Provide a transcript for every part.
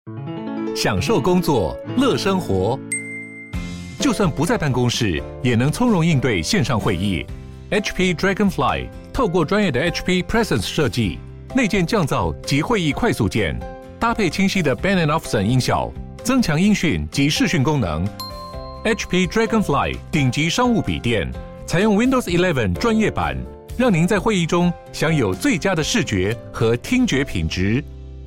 享受工作，乐生活。就算不在办公室，也能从容应对线上会议。HP Dragonfly 透过专业的 HP Presence 设计，内建降噪及会议快速键，搭配清晰的 Bang & Olufsen 音效，增强音讯及视讯功能。HP Dragonfly 顶级商务笔电，采用 Windows 11专业版，让您在会议中享有最佳的视觉和听觉品质。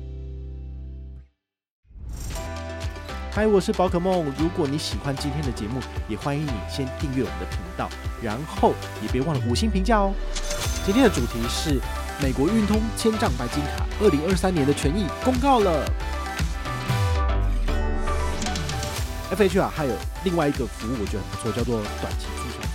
嗨，我是宝可梦。如果你喜欢今天的节目，也欢迎你先订阅我们的频道，然后也别忘了5星评价哦。今天的主题是美国运通千丈白金卡2023年的权益公告了。FHR 还有另外一个服务，我觉得很不错，叫做短期促销。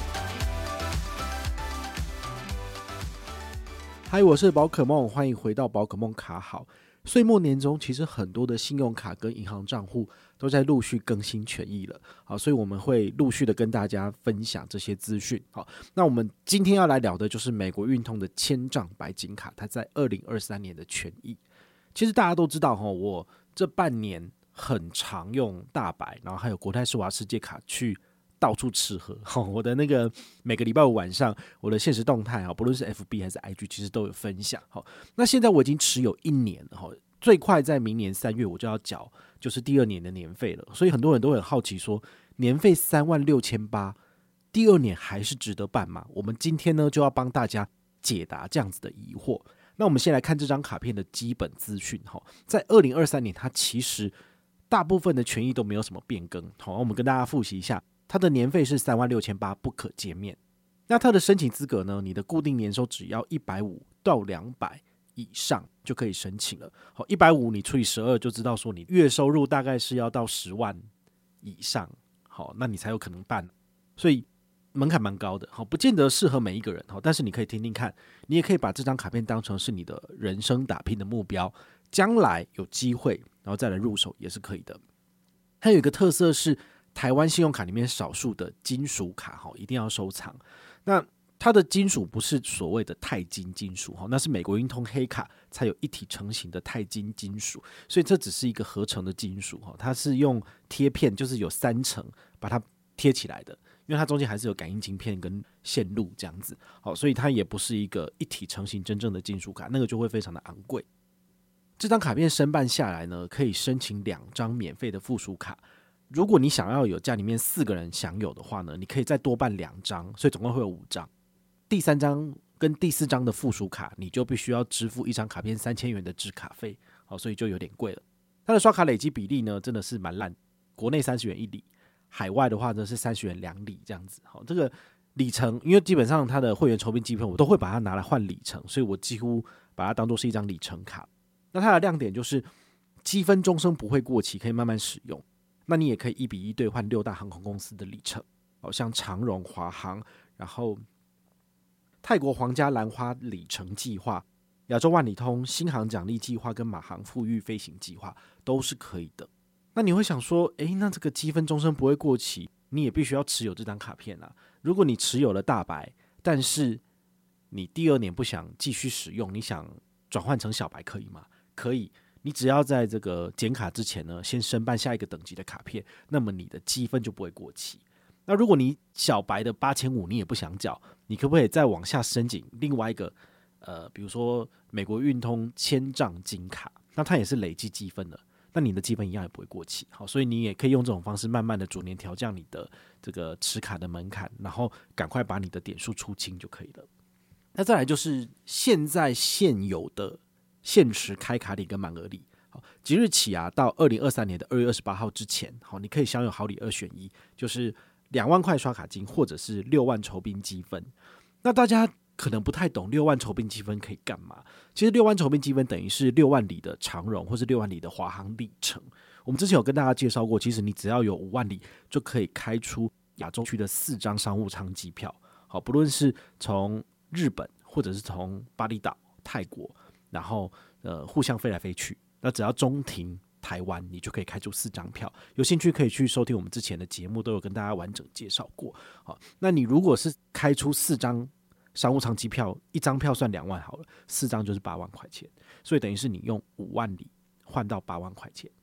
嗨，我是宝可梦，欢迎回到宝可梦卡好。岁末年终，其实很多的信用卡跟银行账户都在陆续更新权益了，好，所以我们会陆续的跟大家分享这些资讯。好，那我们今天要来聊的就是美国运通的千丈白金卡，它在2023年的权益。其实大家都知道，我这半年很常用大白，然后还有国泰世华世界卡去到处吃喝。我的那个每个礼拜五晚上，我的限时动态，不论是 FB 还是 IG， 其实都有分享。那现在我已经持有1年了，最快在明年3月我就要缴，就是第2年的年费了。所以很多人都很好奇说，年费36800，第2年还是值得办吗？我们今天呢就要帮大家解答这样子的疑惑。那我们先来看这张卡片的基本资讯。在2023年，它其实大部分的权益都没有什么变更。我们跟大家复习一下。它的年费是36800，不可减免。那它的申请资格呢？你的固定年收只要150到200以上就可以申请了。好，150你除以12就知道说你月收入大概是要到10万以上，好，那你才有可能办。所以门槛蛮高的，好，不见得适合每一个人，好，但是你可以听听看，你也可以把这张卡片当成是你的人生打拼的目标，将来有机会然后再来入手也是可以的。它有一个特色是，台湾信用卡里面少数的金属卡，一定要收藏。那它的金属不是所谓的钛金金属，那是美国运通黑卡才有一体成型的钛金金属，所以这只是一个合成的金属，它是用贴片，就是有3层把它贴起来的，因为它中间还是有感应晶片跟线路这样子，所以它也不是一个一体成型真正的金属卡，那个就会非常的昂贵。这张卡片申办下来呢，可以申请2张免费的附属卡。如果你想要有家里面4个人享有的话呢，你可以再多办2张，所以总共会有5张。第3张跟第4张的附属卡，你就必须要支付1张卡片3000元的制卡费，所以就有点贵了。它的刷卡累积比例呢，真的是蛮烂，国内30元1里，海外的话呢是30元2里这样子。这个里程，因为基本上它的会员酬宾积分我都会把它拿来换里程，所以我几乎把它当作是一张里程卡。那它的亮点就是积分终生不会过期，可以慢慢使用。那你也可以1比1兑换6大航空公司的里程，像长荣、华航，然后泰国皇家兰花里程计划、亚洲万里通、新航奖励计划跟马航富裕飞行计划都是可以的。那你会想说，那这个积分终身不会过期，你也必须要持有这张卡片啊。如果你持有了大白，但是你第2年不想继续使用，你想转换成小白可以吗？可以。你只要在这个减卡之前呢，先申办下一个等级的卡片，那么你的积分就不会过期。那如果你小白的8500你也不想缴，你可不可以再往下申请另外一个比如说美国运通千丈金卡，那它也是累积积分的，那你的积分一样也不会过期。好，所以你也可以用这种方式慢慢的逐年调降你的这个持卡的门槛，然后赶快把你的点数出清就可以了。那再来就是现在现有的限时开卡礼跟满额礼，即日起到2023年的2月28号之前，你可以享有好礼2选1，就是2万块刷卡金或者是6万酬宾积分。那大家可能不太懂6万酬宾积分可以干嘛？其实6万酬宾积分等于是6万里的长荣或是6万里的华航里程。我们之前有跟大家介绍过，其实你只要有5万里就可以开出亚洲区的4张商务舱机票，不论是从日本或者是从巴厘岛、泰国，然后互相飞来飞去，那只要中停台湾，你就可以开出4张票。有兴趣可以去收听我们之前的节目，都有跟大家完整介绍过。那你如果是开出4张商务舱机票，1张票算2万好了，4张就是8万块钱，所以等于是你用5万里换到8万块钱。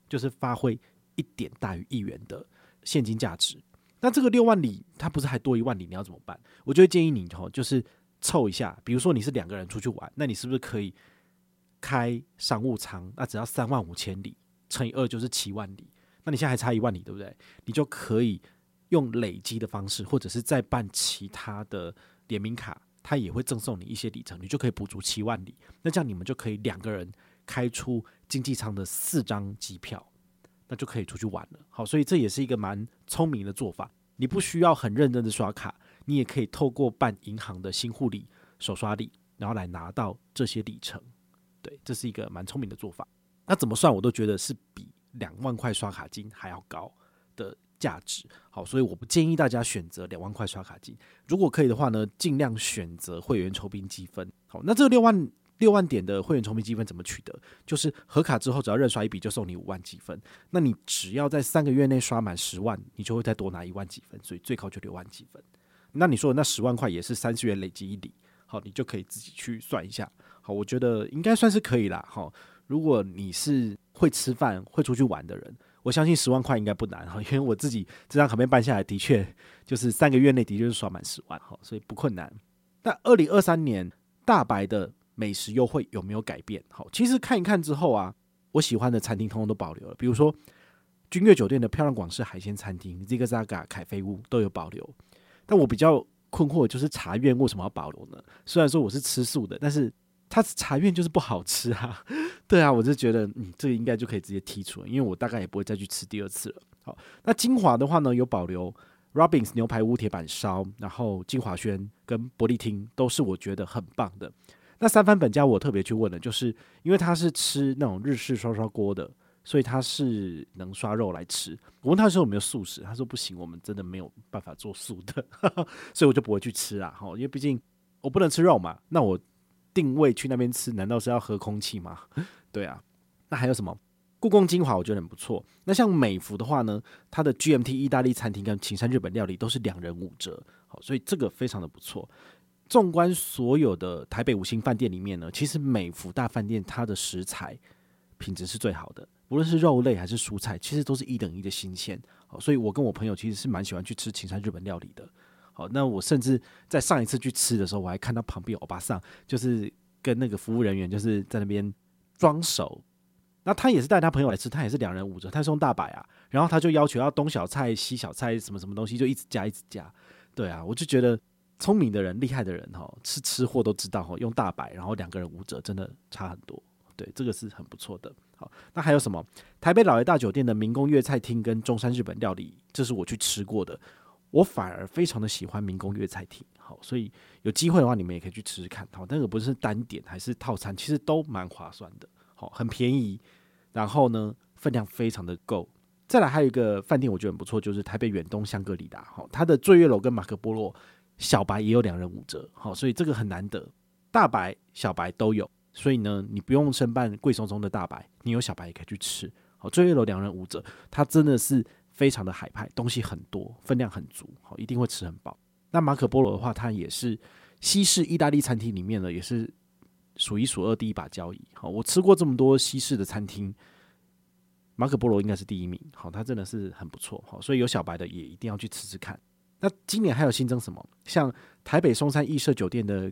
就是发挥1点大于1元的现金价值。那这个6万里，它不是还多1万里，你要怎么办？我就会建议你就是凑一下，比如说你是2个人出去玩，那你是不是可以开商务舱？那只要35000里乘以2就是7万里，那你现在还差1万里，对不对？你就可以用累积的方式，或者是再办其他的联名卡，它也会赠送你一些里程，你就可以补足7万里。那这样你们就可以2个人开出经济舱的4张机票，那就可以出去玩了。好，所以这也是一个蛮聪明的做法。你不需要很认真的刷卡，你也可以透过办银行的新户礼、手刷礼，然后来拿到这些里程。对，这是一个蛮聪明的做法。那怎么算我都觉得是比2万块刷卡金还要高的价值。好，所以我不建议大家选择2万块刷卡金。如果可以的话呢，尽量选择会员酬宾积分。好，那这个6万点的会员酬宾积分怎么取得？就是合卡之后，只要认刷一笔就送你5万积分。那你只要在3个月内刷满10万，你就会再多拿1万积分，所以最高就6万积分。那你说的那10万块也是30元累积1里，好，你就可以自己去算一下。好，我觉得应该算是可以啦。好，如果你是会吃饭、会出去玩的人，我相信10万块应该不难哈，因为我自己这张卡片办下来，的确就是3个月内的确是刷满10万，所以不困难。那2023年大白的美食优惠有没有改变？好，其实看一看之后啊，我喜欢的餐厅通通都保留了，比如说君悦酒店的漂亮广式海鲜餐厅、Zigzaga 凯菲屋都有保留。但我比较困惑的就是茶苑为什么要保留呢？虽然说我是吃素的，但是它茶苑就是不好吃啊。对啊，我就觉得这个应该就可以直接剔除了，因为我大概也不会再去吃第2次了。好，那金华的话呢，有保留 Robins 牛排屋铁板烧，然后金华轩跟伯利厅都是我觉得很棒的。那三番本家我特别去问了，就是因为他是吃那种日式刷刷锅的，所以他是能刷肉来吃。我问他说有没有素食，他说不行，我们真的没有办法做素的，所以我就不会去吃啦。因为毕竟我不能吃肉嘛，那我定位去那边吃，难道是要喝空气吗？对啊。那还有什么？故宫精华我觉得很不错。那像美孚的话呢，它的 GMT 意大利餐厅跟晴山日本料理都是2人5折，好，所以这个非常的不错。纵观所有的台北5星饭店里面呢，其实美孚大饭店它的食材品质是最好的，无论是肉类还是蔬菜，其实都是1等1的新鲜。好，所以我跟我朋友其实是蛮喜欢去吃晴山日本料理的。好，那我甚至在上一次去吃的时候，我还看到旁边有欧巴桑，就是跟那个服务人员就是在那边装熟。那他也是带他朋友来吃，他也是2人5折，他是用大百啊，然后他就要求要东小菜西小菜什么什么东西，就一直加一直加。对啊，我就觉得聪明的人、厉害的人是吃货都知道用大百，然后2个人5折，真的差很多。对，这个是很不错的。好，那还有什么？台北老爷大酒店的民工粤菜厅跟中山日本料理，这是我去吃过的，我反而非常的喜欢民工粤菜厅。好，所以有机会的话，你们也可以去吃吃看。好，那个不是单点还是套餐，其实都蛮划算的。好，很便宜，然后呢，分量非常的够。再来还有一个饭店我觉得很不错，就是台北远东香格里拉。好，它的醉月楼跟马可波罗小白也有2人5折。好，所以这个很难得，大白、小白都有。所以呢，你不用申办贵松松的大白，你有小白也可以去吃。好，醉月楼2人5折，它真的是非常的海派，东西很多，分量很足，好，一定会吃很饱。那马可波罗的话，它也是西式意大利餐厅里面呢，也是数1数2第一把交椅。好，我吃过这么多西式的餐厅，马可波罗应该是第1名。好，它真的是很不错。好，所以有小白的也一定要去吃吃看。那今年还有新增什么？像台北松山艺社酒店的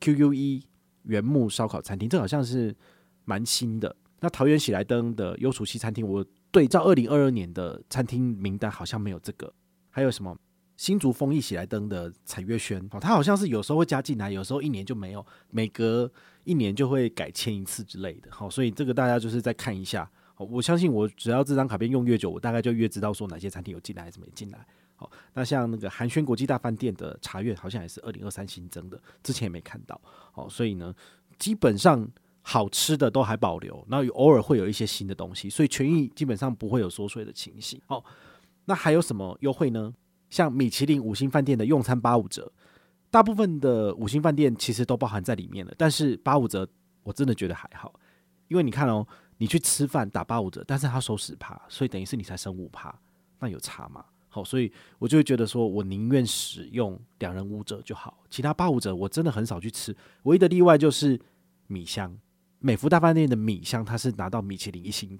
QUE 原木烧烤餐厅，这好像是蛮新的。那桃园喜来登的优厨西餐厅，我对照2022年的餐厅名单好像没有这个。还有什么新竹丰益喜来登的彩月轩，它好像是有时候会加进来，有时候1年就没有，每隔1年就会改签1次之类的。好，所以这个大家就是再看一下。我相信我只要这张卡片用越久，我大概就越知道说哪些餐厅有进来还是没进来。好，那像那个寒暄国际大饭店的茶苑好像也是2023新增的，之前也没看到。好，所以呢，基本上好吃的都还保留，然后偶尔会有一些新的东西，所以权益基本上不会有缩水的情形。好，那还有什么优惠呢？像米其林5星饭店的用餐85折，大部分的5星饭店其实都包含在里面了，但是85折我真的觉得还好，因为你看你去吃饭打85折，但是他收10%，所以等于是你才省5%，那有差吗？好，所以我就会觉得说，我宁愿使用2人5折就好，其他85折我真的很少去吃。唯一的例外就是米香，美孚大饭店的米香，它是拿到米其林1星的，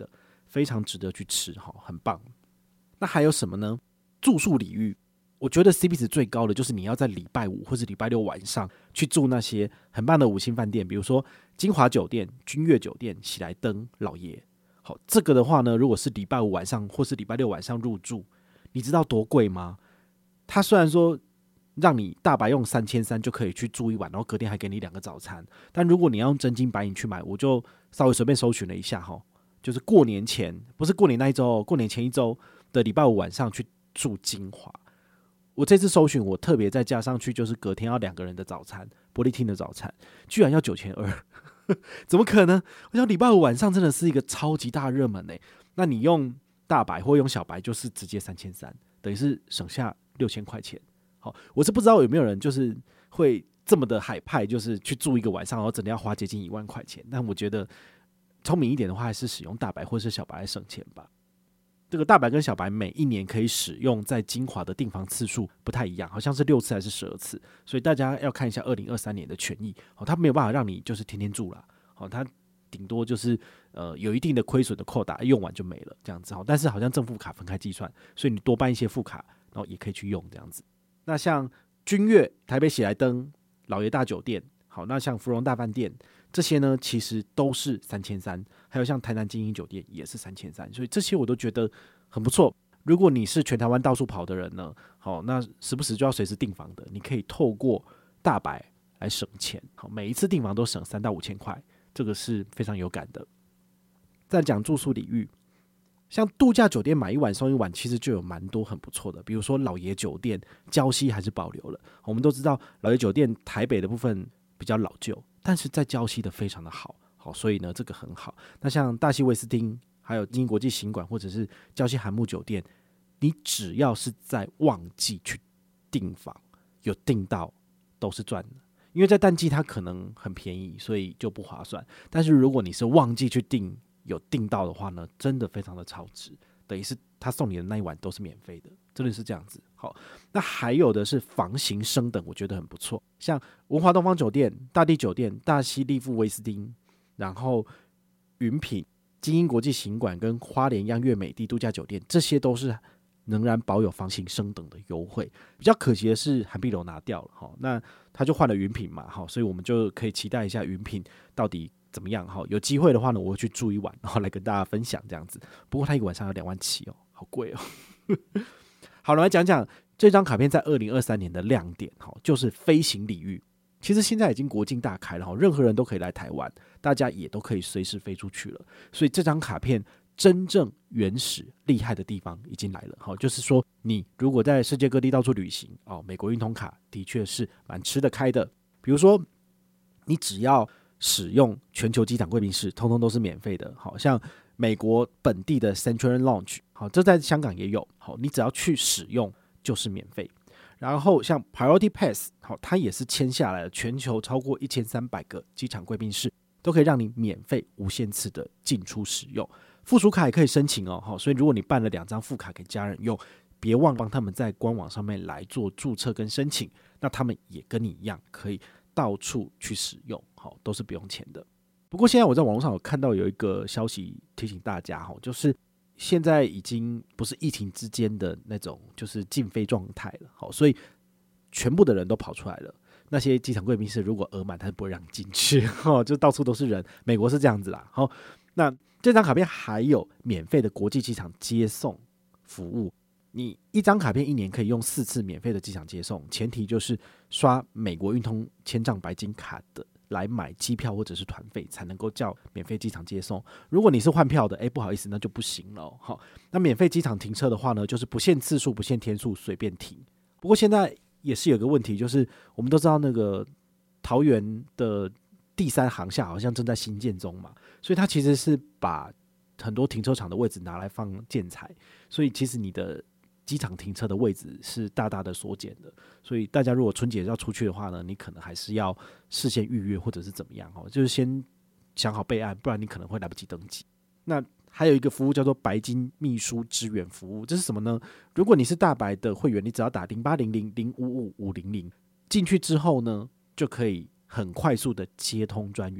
非常值得去吃，很棒。那还有什么呢？住宿礼遇，我觉得 CP 值最高的就是你要在礼拜五或是礼拜六晚上去住那些很棒的5星饭店，比如说金华酒店、君悦酒店、喜来登、老爷。好，这个的话呢，如果是礼拜五晚上或是礼拜六晚上入住，你知道多贵吗？它虽然说让你大白用3300就可以去住一晚，然后隔天还给你2个早餐，但如果你要用真金白银去买，我就稍微随便搜寻了一下，就是过年前，不是过年那一周，过年前一周的礼拜五晚上去住金华。我这次搜寻，我特别再加上去，就是隔天要2个人的早餐，玻璃厅的早餐，居然要9200，怎么可能？我想礼拜五晚上真的是一个超级大热门欸。那你用大白或用小白，就是直接3300，等于是省下6000块钱。好，我是不知道有没有人就是会这么的海派，就是去住一个晚上，然后真的要花接近1万块钱。但我觉得聪明一点的话，还是使用大白或是小白来省钱吧。这个大白跟小白每一年可以使用在金华的订房次数不太一样，好像是6次还是12次，所以大家要看一下2023年的权益。它没有办法让你就是天天住啦，它顶多就是有一定的亏损的扣打，用完就没了这样子。但是好像正副卡分开计算，所以你多办一些副卡，然后也可以去用这样子。那像君悦、台北喜来登、老爷大酒店，好，那像芙蓉大饭店这些呢，其实都是3300，还有像台南精英酒店也是3300，所以这些我都觉得很不错。如果你是全台湾到处跑的人呢，好，那时不时就要随时订房的，你可以透过大白来省钱，好，每一次订房都省3到5千块，这个是非常有感的。再讲住宿礼遇，像度假酒店买1晚送1晚，其实就有蛮多很不错的，比如说老爷酒店，礁溪还是保留了。我们都知道老爷酒店台北的部分比较老旧，但是在礁溪的非常的好，所以呢这个很好。那像大溪威斯汀，还有金国际行馆或者是礁溪韩木酒店，你只要是在旺季去订房，有订到都是赚的。因为在淡季它可能很便宜，所以就不划算。但是如果你是旺季去订，有订到的话呢，真的非常的超值，等于是他送你的那一晚都是免费的，真的是这样子。好，那还有的是房型升等，我觉得很不错，像文华东方酒店、大地酒店、大溪丽富威斯汀，然后云品、精英国际行馆跟花莲央月美地度假酒店，这些都是仍然保有房型升等的优惠。比较可惜的是韩碧楼拿掉了，那他就换了云品嘛，所以我们就可以期待一下云品到底怎么样。有机会的话呢，我会去住一晚，然后来跟大家分享这样子。不过他一个晚上要27000哦，好贵哦。好，来讲讲这张卡片在2023年的亮点，就是飞行礼遇。其实现在已经国境大开了，任何人都可以来台湾，大家也都可以随时飞出去了。所以这张卡片真正原始厉害的地方已经来了，就是说你如果在世界各地到处旅行，美国运通卡的确是蛮吃得开的。比如说你只要使用全球机场贵宾室，通通都是免费的。好像美国本地的 Central Lounge， 好，这在香港也有，好，你只要去使用就是免费。然后像 Priority Pass， 好，它也是签下来了，全球超过1300个机场贵宾室都可以让你免费无限次的进出使用。附属卡也可以申请哦，所以如果你办了2张副卡给家人用，别忘帮他们在官网上面来做注册跟申请，那他们也跟你一样可以到处去使用，都是不用钱的。不过现在我在网络上有看到有一个消息提醒大家，就是现在已经不是疫情之间的那种就是禁飞状态了，所以全部的人都跑出来了。那些机场贵宾室如果额满，他是不会让你进去，就到处都是人。美国是这样子啦。好，那这张卡片还有免费的国际机场接送服务，你一张卡片1年可以用4次免费的机场接送，前提就是刷美国运通千丈白金卡的来买机票或者是团费才能够叫免费机场接送。如果你是换票的，不好意思，那就不行了。好，那免费机场停车的话呢，就是不限次数不限天数随便停。不过现在也是有个问题，就是我们都知道那个桃园的第3航厦好像正在新建中嘛，所以它其实是把很多停车场的位置拿来放建材，所以其实你的机场停车的位置是大大的缩减的。所以大家如果春节要出去的话呢，你可能还是要事先预约或者是怎么样，就是先想好备案，不然你可能会来不及登记。那还有一个服务叫做白金秘书支援服务，这是什么呢？如果你是大白的会员，你只要打0800055500进去之后呢，就可以很快速的接通专员。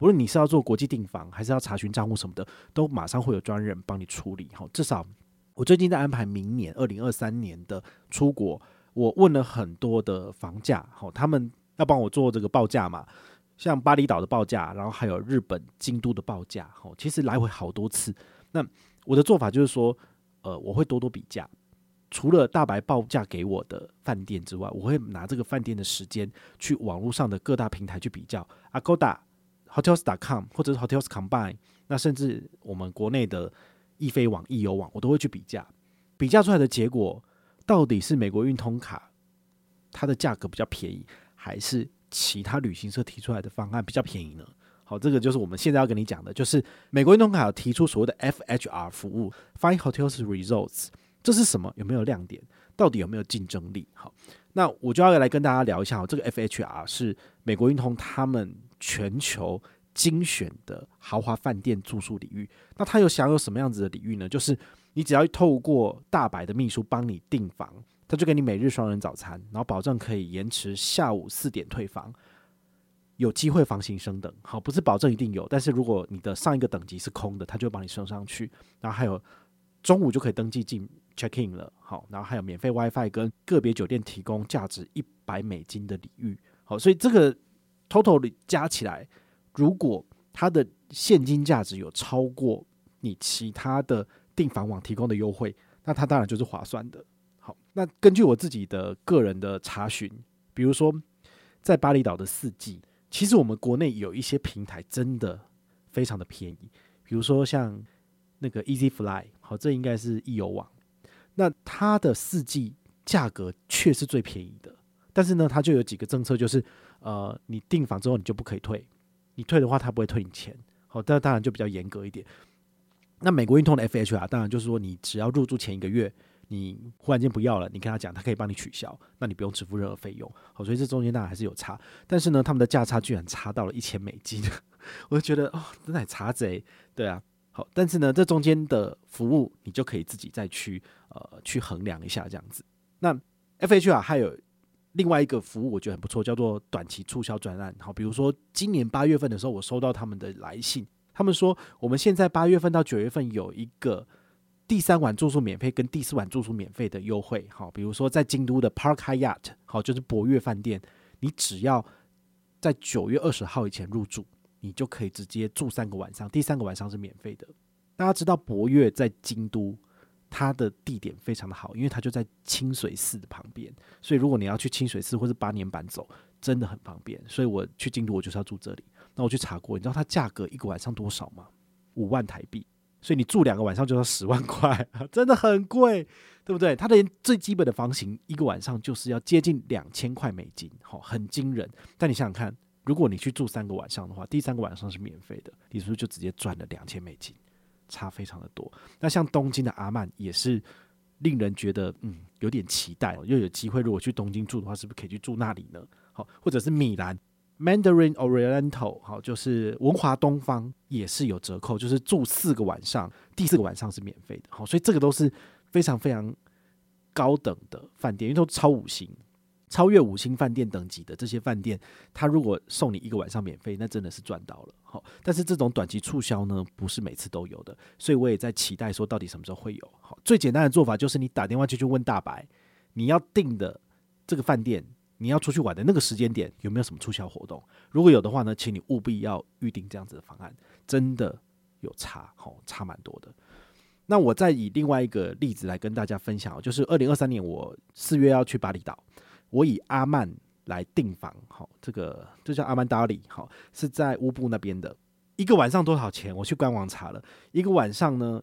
不论你是要做国际订房还是要查询账户什么的，都马上会有专人帮你处理。至少我最近在安排明年2023年的出国，我问了很多的房价，他们要帮我做这个报价嘛，像巴厘岛的报价，然后还有日本京都的报价，其实来回好多次。那我的做法就是说，我会多多比价。除了大白报价给我的饭店之外，我会拿这个饭店的时间去网络上的各大平台去比较 ，Agoda、Hotels.com 或者是 Hotels Combine， 那甚至我们国内的易飞网、易游网，我都会去比价。比价出来的结果，到底是美国运通卡它的价格比较便宜，还是其他旅行社提出来的方案比较便宜呢？好，这个就是我们现在要跟你讲的，就是美国运通卡有提出所谓的 FHR 服务 ，Fine Hotels Results。这是什么？有没有亮点？到底有没有竞争力？好，那我就要来跟大家聊一下，这个 FHR 是美国运通他们全球精选的豪华饭店住宿礼遇。那它有享有什么样子的礼遇呢？就是你只要透过大白的秘书帮你订房，他就给你每日双人早餐，然后保证可以延迟下午4点退房，有机会房型升等。好，不是保证一定有，但是如果你的上一个等级是空的，他就会帮你升上去。然后还有中午就可以登记进 check in 了，好，然后还有免费 WiFi 跟个别酒店提供价值$100的礼遇，好，所以这个 total 加起来，如果它的现金价值有超过你其他的订房网提供的优惠，那它当然就是划算的。好，那根据我自己的个人的查询，比如说在巴厘岛的4季，其实我们国内有一些平台真的非常的便宜，比如说像那个 Easy Fly， 好，这应该是易游网。那它的4季价格却是最便宜的，但是呢，它就有几个政策，就是你订房之后你就不可以退，你退的话它不会退你钱，好，但当然就比较严格一点。那美国运通的 FHR 当然就是说，你只要入住前1个月，你忽然间不要了，你跟他讲，他可以帮你取消，那你不用支付任何费用，好，所以这中间当然还是有差，但是呢，他们的价差居然差到了$1000，我就觉得真的很差贼，对啊。好，但是呢，这中间的服务你就可以自己再去衡量一下这样子。那 FHR 还有另外一个服务，我觉得很不错，叫做短期促销专案。好，比如说今年8月份的时候，我收到他们的来信，他们说我们现在8月份到9月份有一个第3晚住宿免费跟第4晚住宿免费的优惠。好，比如说在京都的 Park Hyatt， 好，就是博悦饭店，你只要在9月20号以前入住，你就可以直接住3个晚上，第3个晚上是免费的。大家知道博悦在京都，它的地点非常的好，因为它就在清水寺的旁边，所以如果你要去清水寺或是8年坂走，真的很方便。所以我去京都，我就是要住这里。那我去查过，你知道它价格1个晚上多少吗？5万台币。所以你住2个晚上就要10万块，真的很贵，对不对？它的最基本的房型1个晚上就是要接近$2000块，很惊人。但你想想看，如果你去住3个晚上的话，第3个晚上是免费的，你是不是就直接赚了$2000？差非常的多。那像东京的阿曼也是令人觉得有点期待，又有机会如果去东京住的话，是不是可以去住那里呢？好，或者是米兰 Mandarin Oriental， 好，就是文华东方也是有折扣，就是住4个晚上，第4个晚上是免费的。好，所以这个都是非常非常高等的饭店，因为都超5星。超越5星饭店等级的这些饭店，它如果送你1个晚上免费，那真的是赚到了。好，但是这种短期促销呢，不是每次都有的，所以我也在期待说到底什么时候会有。好，最简单的做法就是你打电话去问大白，你要订的这个饭店，你要出去玩的那个时间点有没有什么促销活动？如果有的话呢，请你务必要预定这样子的方案，真的有差，差蛮多的。那我再以另外一个例子来跟大家分享，就是2023年我4月要去巴厘岛。我以阿曼来订房，这叫阿曼达里，是在乌布那边的。1个晚上多少钱？我去官网查了，1个晚上呢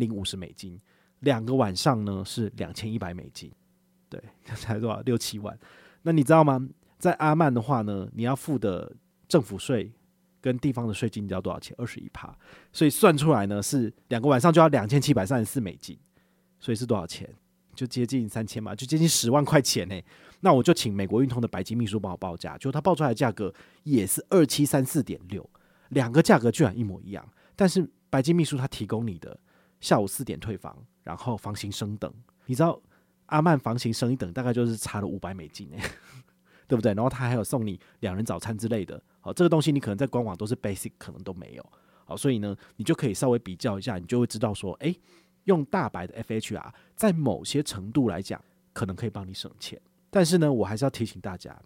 $1050，2个晚上呢是$2100，对，才多少6-7万。那你知道吗？在阿曼的话呢，你要付的政府税跟地方的税金，你知道多少钱？21%，所以算出来呢是2个晚上就要$2734，所以是多少钱？就接近3000嘛，就接近10万块钱呢。那我就请美国运通的白金秘书帮我报价，就他报出来的价格也是2734.6，两个价格居然一模一样。但是白金秘书他提供你的下午4点退房，然后房型升等，你知道阿曼房型升一等大概就是差了$500， 对不对？然后他还有送你2人早餐之类的，好，这个东西你可能在官网都是 basic， 可能都没有，好，所以呢，你就可以稍微比较一下，你就会知道说，用大白的 FHR 在某些程度来讲，可能可以帮你省钱。但是呢，我还是要提醒大家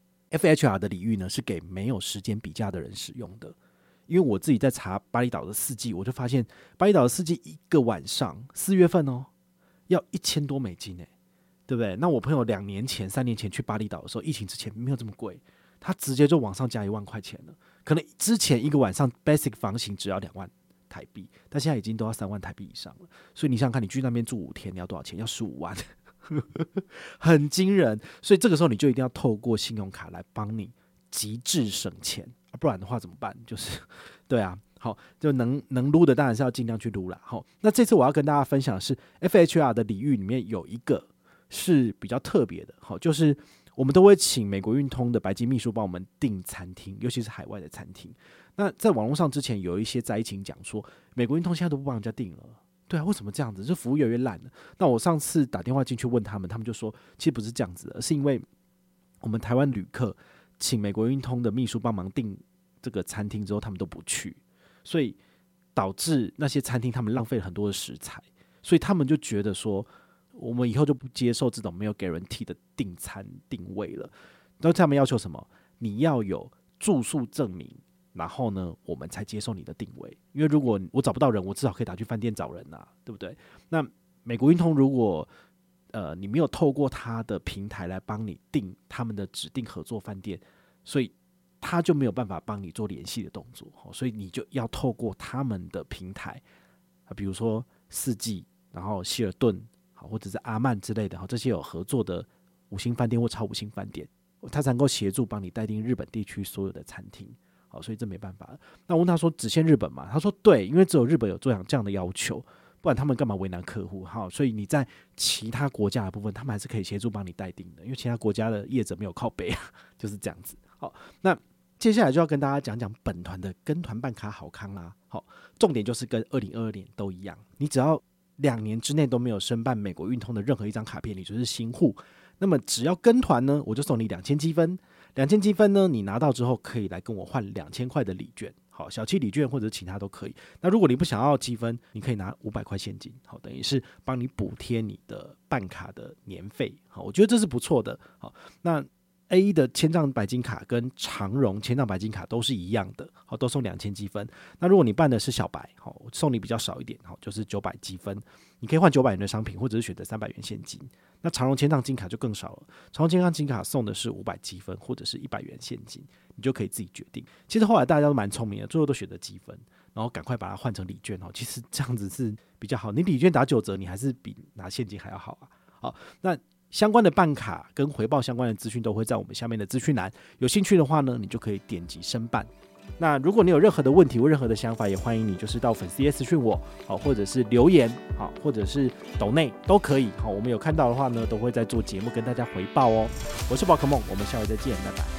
，FHR 的礼遇呢是给没有时间比价的人使用的。因为我自己在查巴厘岛的四季，我就发现巴厘岛的四季一个晚上4月份要$1000多对不对？那我朋友2年前、3年前去巴厘岛的时候，疫情之前没有这么贵，他直接就往上加1万块钱了。可能之前一个晚上 basic 房型只要2万台币，但现在已经都要3万台币以上了。所以你想想看，你去那边住5天，你要多少钱？要15万，很惊人。所以这个时候你就一定要透过信用卡来帮你极致省钱，不然的话怎么办？就是对啊。好，就能撸的当然是要尽量去撸啦。好，那这次我要跟大家分享的是 FHR 的礼遇里面有一个是比较特别的，好，就是我们都会请美国运通的白金秘书帮我们订餐厅，尤其是海外的餐厅。那在网络上之前有一些灾情讲说，美国运通现在都不帮人家订了。对啊，为什么这样子？这服务越来越烂了。那我上次打电话进去问他们，他们就说其实不是这样子的，是因为我们台湾旅客请美国运通的秘书帮忙订这个餐厅之后，他们都不去。所以导致那些餐厅他们浪费了很多的食材，所以他们就觉得说，我们以后就不接受这种没有 guarantee 的订餐定位了。然后他们要求什么？你要有住宿证明，然后呢，我们才接受你的定位。因为如果我找不到人，我至少可以打去饭店找人啊，对不对？那美国运通如果你没有透过他的平台来帮你订他们的指定合作饭店，所以他就没有办法帮你做联系的动作，所以你就要透过他们的平台，比如说四季，然后希尔顿，或者是阿曼之类的，这些有合作的5星饭店或超5星饭店，他才能够协助帮你代订日本地区所有的餐厅。好，所以这没办法。那我问他说只限日本嘛？他说对，因为只有日本有这样的要求，不然他们干嘛为难客户？好，所以你在其他国家的部分，他们还是可以协助帮你代订的，因为其他国家的业者没有靠北啊，就是这样子。好，那接下来就要跟大家讲讲本团的跟团办卡好康啦。好，重点就是跟2022年都一样，你只要2年之内都没有申办美国运通的任何一张卡片，你就是新户。那么只要跟团呢，我就送你2000积分。2000积分呢，你拿到之后可以来跟我换2000块的礼券，好，小七礼券或者其他都可以。那如果你不想要积分，你可以拿500块现金，好，等于是帮你补贴你的办卡的年费。好，我觉得这是不错的。好，那A 的千丈白金卡跟长荣千丈白金卡都是一样的，好，都送2000积分。那如果你办的是小白，好，我送你比较少一点，好，就是900积分，你可以换900元的商品，或者是选择300元现金。那长荣千丈金卡就更少了，长荣千丈金卡送的是500积分，或者是100元现金，你就可以自己决定。其实后来大家都蛮聪明的，最后都选择积分，然后赶快把它换成礼券，其实这样子是比较好。你礼券打9折，你还是比拿现金还要好啊。好，那相关的办卡跟回报相关的资讯都会在我们下面的资讯栏，有兴趣的话呢，你就可以点击申办。那如果你有任何的问题或任何的想法，也欢迎你就是到粉丝页私讯我，好，或者是留言，好，或者是抖内都可以，好，我们有看到的话呢，都会在做节目跟大家回报哦。我是宝可梦，我们下回再见，拜拜。